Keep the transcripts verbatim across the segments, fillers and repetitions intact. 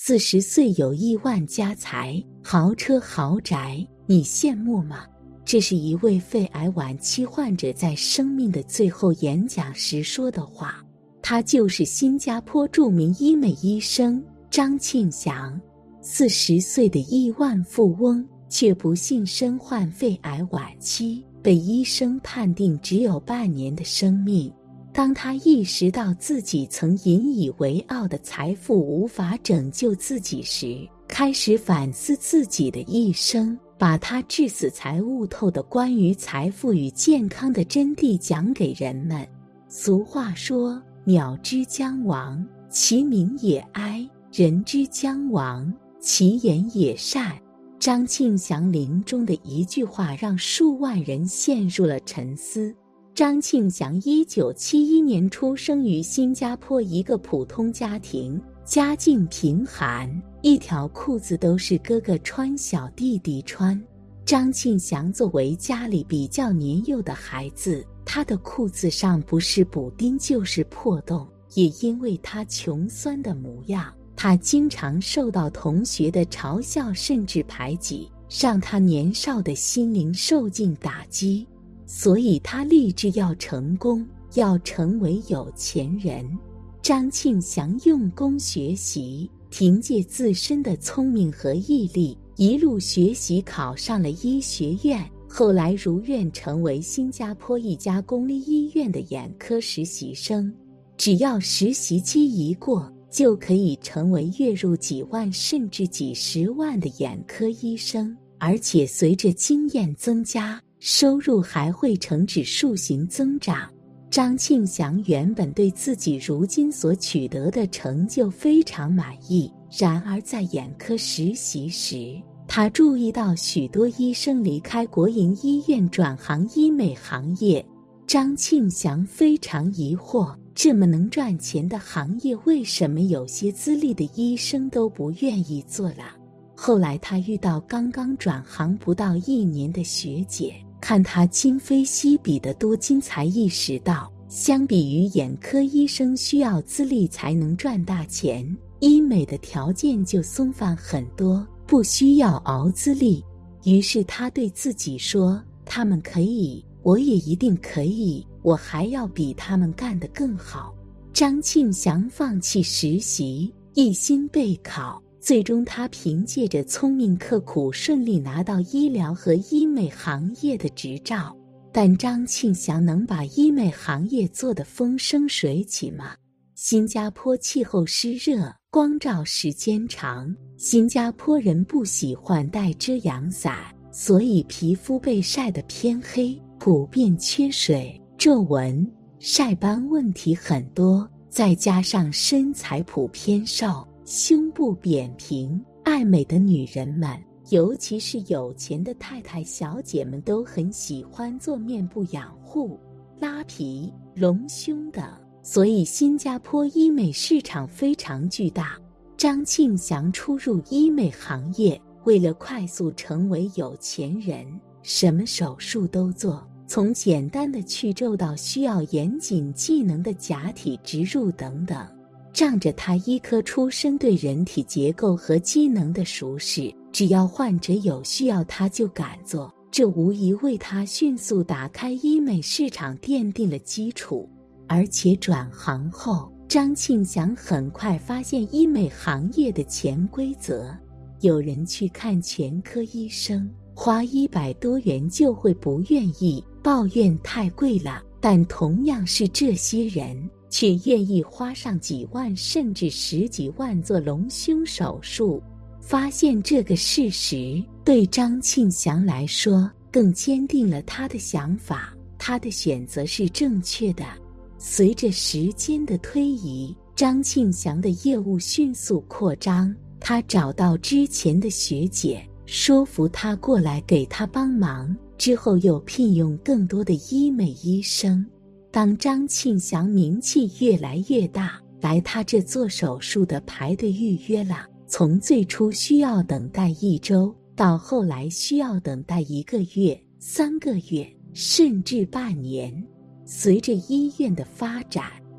四十岁有亿万家财，豪车豪宅，你羡慕吗？这是一位肺癌晚期患者在生命的最后演讲时说的话。他就是新加坡著名医美医生张庆祥。四十岁的亿万富翁，却不幸身患肺癌晚期，被医生判定只有半年的生命。当他意识到自己曾引以为傲的财富无法拯救自己时，开始反思自己的一生，把他至死才悟透的关于财富与健康的真谛讲给人们。俗话说，鸟之将亡，其鸣也哀；人之将亡，其言也善。张庆祥临终的一句话让数万人陷入了沉思。张庆祥一九七一年出生于新加坡一个普通家庭，家境贫寒，一条裤子都是哥哥穿，小弟弟穿。张庆祥作为家里比较年幼的孩子，他的裤子上不是补丁就是破洞，也因为他穷酸的模样，他经常受到同学的嘲笑甚至排挤，让他年少的心灵受尽打击。所以他立志要成功，要成为有钱人。张庆祥用功学习，凭借自身的聪明和毅力，一路学习考上了医学院，后来如愿成为新加坡一家公立医院的眼科实习生。只要实习期一过，就可以成为月入几万甚至几十万的眼科医生，而且随着经验增加，收入还会呈指数型增长。张庆祥原本对自己如今所取得的成就非常满意，然而在眼科实习时，他注意到许多医生离开国营医院转行医美行业。张庆祥非常疑惑，这么能赚钱的行业，为什么有些资历的医生都不愿意做了？后来他遇到刚刚转行不到一年的学姐，看她今非昔比的多金，才意识到，相比于眼科医生需要资历才能赚大钱，医美的条件就松泛很多，不需要熬资历。于是他对自己说，他们可以，我也一定可以，我还要比他们干得更好。张庆祥放弃实习，一心备考，最终他凭借着聪明刻苦，顺利拿到医疗和医美行业的执照。但张庆祥能把医美行业做得风生水起吗？新加坡气候湿热，光照时间长，新加坡人不喜欢带遮阳伞，所以皮肤被晒得偏黑，普遍缺水、皱纹、晒斑问题很多，再加上身材普偏瘦，胸部扁平，爱美的女人们，尤其是有钱的太太小姐们，都很喜欢做面部养护、拉皮、隆胸等，所以新加坡医美市场非常巨大。张庆祥初入医美行业，为了快速成为有钱人，什么手术都做，从简单的去皱到需要严谨技能的假体植入等等。仗着他医科出身，对人体结构和机能的熟识，只要患者有需要他就敢做，这无疑为他迅速打开医美市场奠定了基础。而且转行后，张庆祥很快发现医美行业的潜规则。有人去看全科医生，花一百多元就会不愿意，抱怨太贵了，但同样是这些人，却愿意花上几万甚至十几万做隆胸手术。发现这个事实，对张庆祥来说更坚定了他的想法，他的选择是正确的。随着时间的推移，张庆祥的业务迅速扩张，他找到之前的学姐，说服她过来给他帮忙，之后又聘用更多的医美医生。当张庆祥名气越来越大，来他这做手术的排队预约了，从最初需要等待一周，到后来需要等待一个月、三个月，甚至半年。随着医院的发展，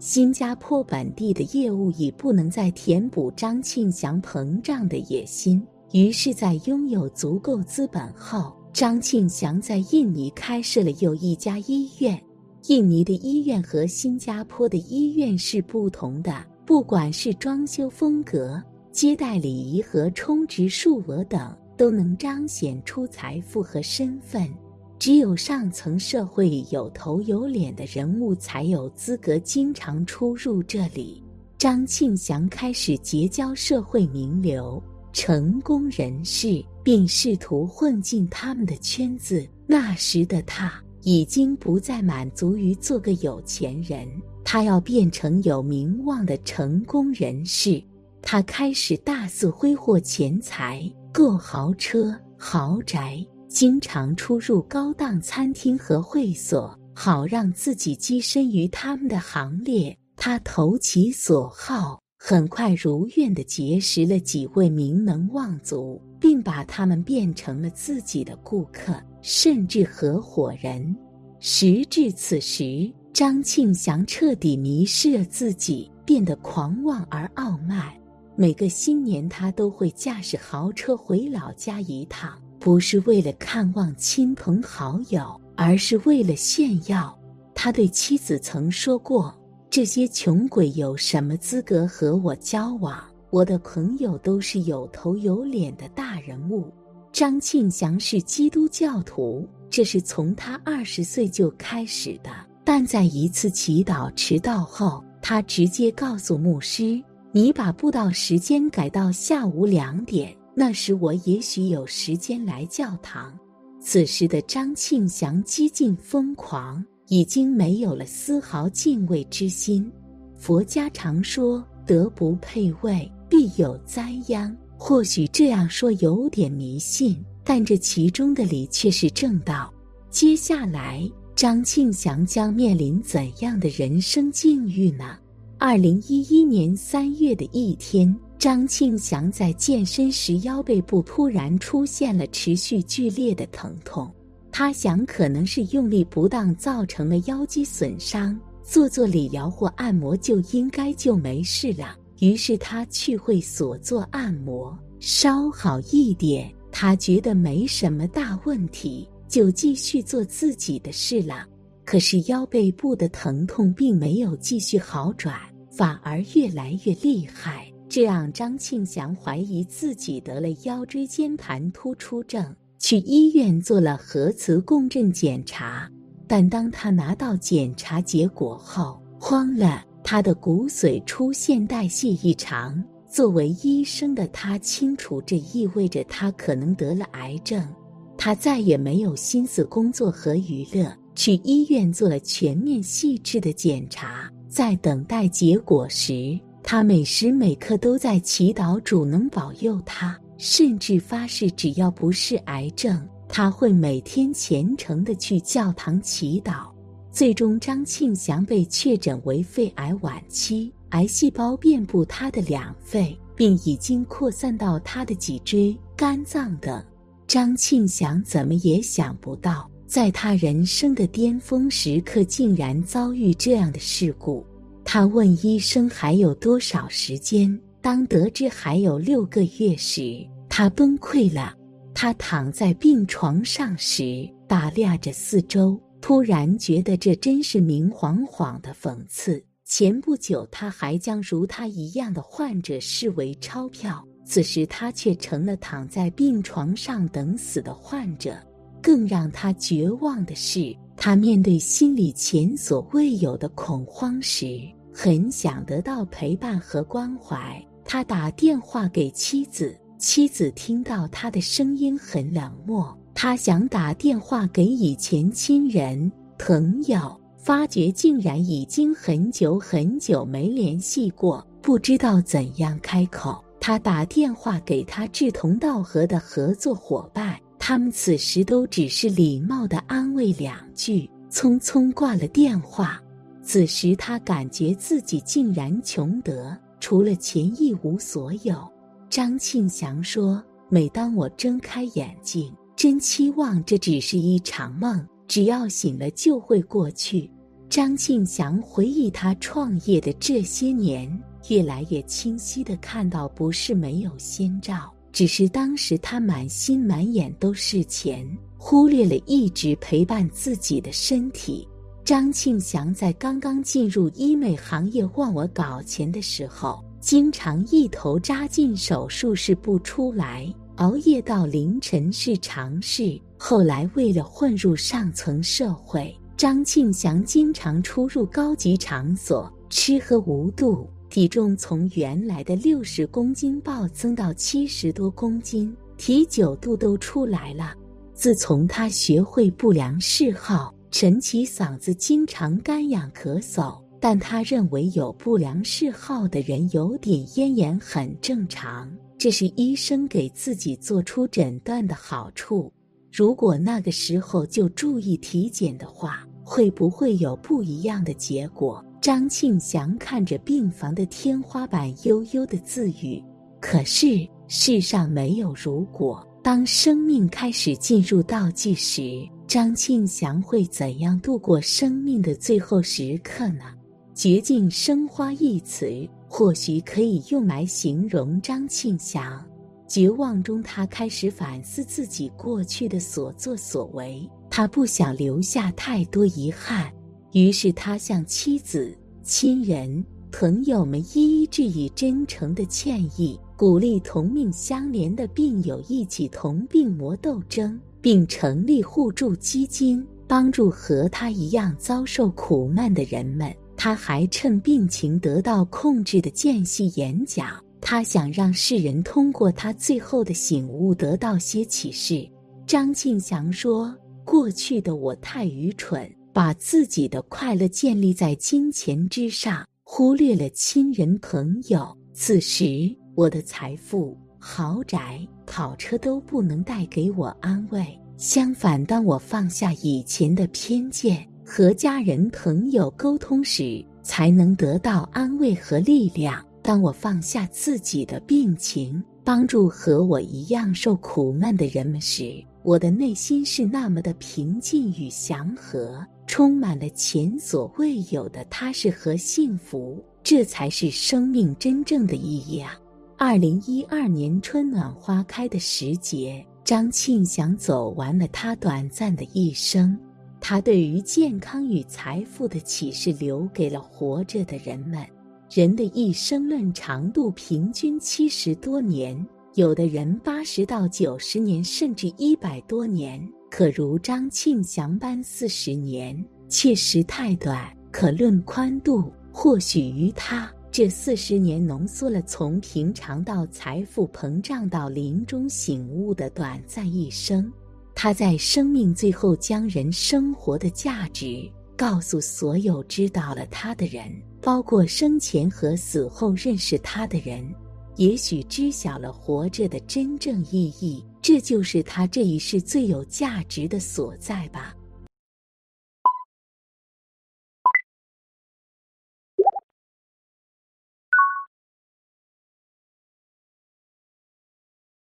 新加坡本地的业务已不能再填补张庆祥膨胀的野心，于是在拥有足够资本后，张庆祥在印尼开设了又一家医院。印尼的医院和新加坡的医院是不同的，不管是装修风格、接待礼仪和充值数额等，都能彰显出财富和身份。只有上层社会里有头有脸的人物才有资格经常出入这里。张庆祥开始结交社会名流、成功人士，并试图混进他们的圈子。那时的他已经不再满足于做个有钱人，他要变成有名望的成功人士。他开始大肆挥霍钱财，购豪车、豪宅，经常出入高档餐厅和会所，好让自己跻身于他们的行列。他投其所好，很快如愿地结识了几位名门望族，并把他们变成了自己的顾客，甚至合伙人。时至此时，张庆祥彻底迷失了自己，变得狂妄而傲慢。每个新年他都会驾驶豪车回老家一趟，不是为了看望亲朋好友，而是为了炫耀。他对妻子曾说过，这些穷鬼有什么资格和我交往？我的朋友都是有头有脸的大人物。张庆祥是基督教徒，这是从他二十岁就开始的，但在一次祈祷迟到后，他直接告诉牧师，你把布道时间改到下午两点，那时我也许有时间来教堂。此时的张庆祥激进疯狂，已经没有了丝毫敬畏之心。佛家常说，德不配位，必有灾殃。或许这样说有点迷信，但这其中的理却是正道。接下来，张庆祥将面临怎样的人生境遇呢？二零一一年三月的一天，张庆祥在健身时腰背部突然出现了持续剧烈的疼痛，他想可能是用力不当造成了腰肌损伤，做做理疗或按摩就应该就没事了。于是他去会所做按摩，稍好一点，他觉得没什么大问题，就继续做自己的事了。可是腰背部的疼痛并没有继续好转，反而越来越厉害，这让张庆祥怀疑自己得了腰椎间盘突出症，去医院做了核磁共振检查。但当他拿到检查结果后，慌了，他的骨髓出现代谢异常。作为医生的他清楚这意味着他可能得了癌症。他再也没有心思工作和娱乐，去医院做了全面细致的检查。在等待结果时，他每时每刻都在祈祷主能保佑他，甚至发誓只要不是癌症，他会每天虔诚地去教堂祈祷。最终张庆祥被确诊为肺癌晚期，癌细胞遍布他的两肺，并已经扩散到他的脊椎、肝脏等。张庆祥怎么也想不到，在他人生的巅峰时刻竟然遭遇这样的事故。他问医生还有多少时间，当得知还有六个月时，他崩溃了。他躺在病床上时，打量着四周，突然觉得这真是明晃晃的讽刺。前不久他还将如他一样的患者视为钞票，此时他却成了躺在病床上等死的患者。更让他绝望的是，他面对心里前所未有的恐慌时，很想得到陪伴和关怀。他打电话给妻子，妻子听到他的声音很冷漠，他想打电话给以前亲人、朋友，发觉竟然已经很久很久没联系过，不知道怎样开口。他打电话给他志同道合的合作伙伴，他们此时都只是礼貌地安慰两句，匆匆挂了电话。此时他感觉自己竟然穷得除了钱一无所有。张庆祥说，每当我睁开眼睛，真期望这只是一场梦，只要醒了就会过去。 张庆祥回忆他创业的这些年，越来越清晰地看到，不是没有先兆，只是当时他满心满眼都是钱，忽略了一直陪伴自己的身体。张庆祥在刚刚进入医美行业忘我搞钱的时候，经常一头扎进手术室不出来，熬夜到凌晨是常事。后来为了混入上层社会，张庆祥经常出入高级场所，吃喝无度，体重从原来的六十公斤暴增到七十多公斤，体酒肚都出来了。自从他学会不良嗜好，陈其嗓子经常干痒咳嗽，但他认为有不良嗜好的人有点咽炎很正常，这是医生给自己做出诊断的好处。如果那个时候就注意体检的话，会不会有不一样的结果？张庆祥看着病房的天花板悠悠地自语。可是世上没有如果，当生命开始进入倒计时，张庆祥会怎样度过生命的最后时刻呢？绝境生花一词或许可以用来形容张庆祥。绝望中，他开始反思自己过去的所作所为，他不想留下太多遗憾，于是他向妻子、亲人、朋友们一一致以真诚的歉意，鼓励同命相连的病友一起同病魔斗争，并成立互助基金，帮助和他一样遭受苦难的人们。他还趁病情得到控制的间隙演讲，他想让世人通过他最后的醒悟得到些启示。张庆祥说，过去的我太愚蠢，把自己的快乐建立在金钱之上，忽略了亲人朋友。此时我的财富、豪宅、跑车都不能带给我安慰，相反，当我放下以前的偏见，和家人朋友沟通时，才能得到安慰和力量。当我放下自己的病情，帮助和我一样受苦难的人们时，我的内心是那么的平静与祥和，充满了前所未有的踏实和幸福。这才是生命真正的意义啊！二零一二年春暖花开的时节，张庆祥走完了他短暂的一生。他对于健康与财富的启示留给了活着的人们。人的一生论长度平均七十多年，有的人八十到九十年，甚至一百多年。可如张庆祥般四十年，确实太短。可论宽度，或许于他这四十年浓缩了从平常到财富膨胀到临终醒悟的短暂一生。他在生命最后将人生活的价值告诉所有知道了他的人，包括生前和死后认识他的人。也许知晓了活着的真正意义，这就是他这一世最有价值的所在吧。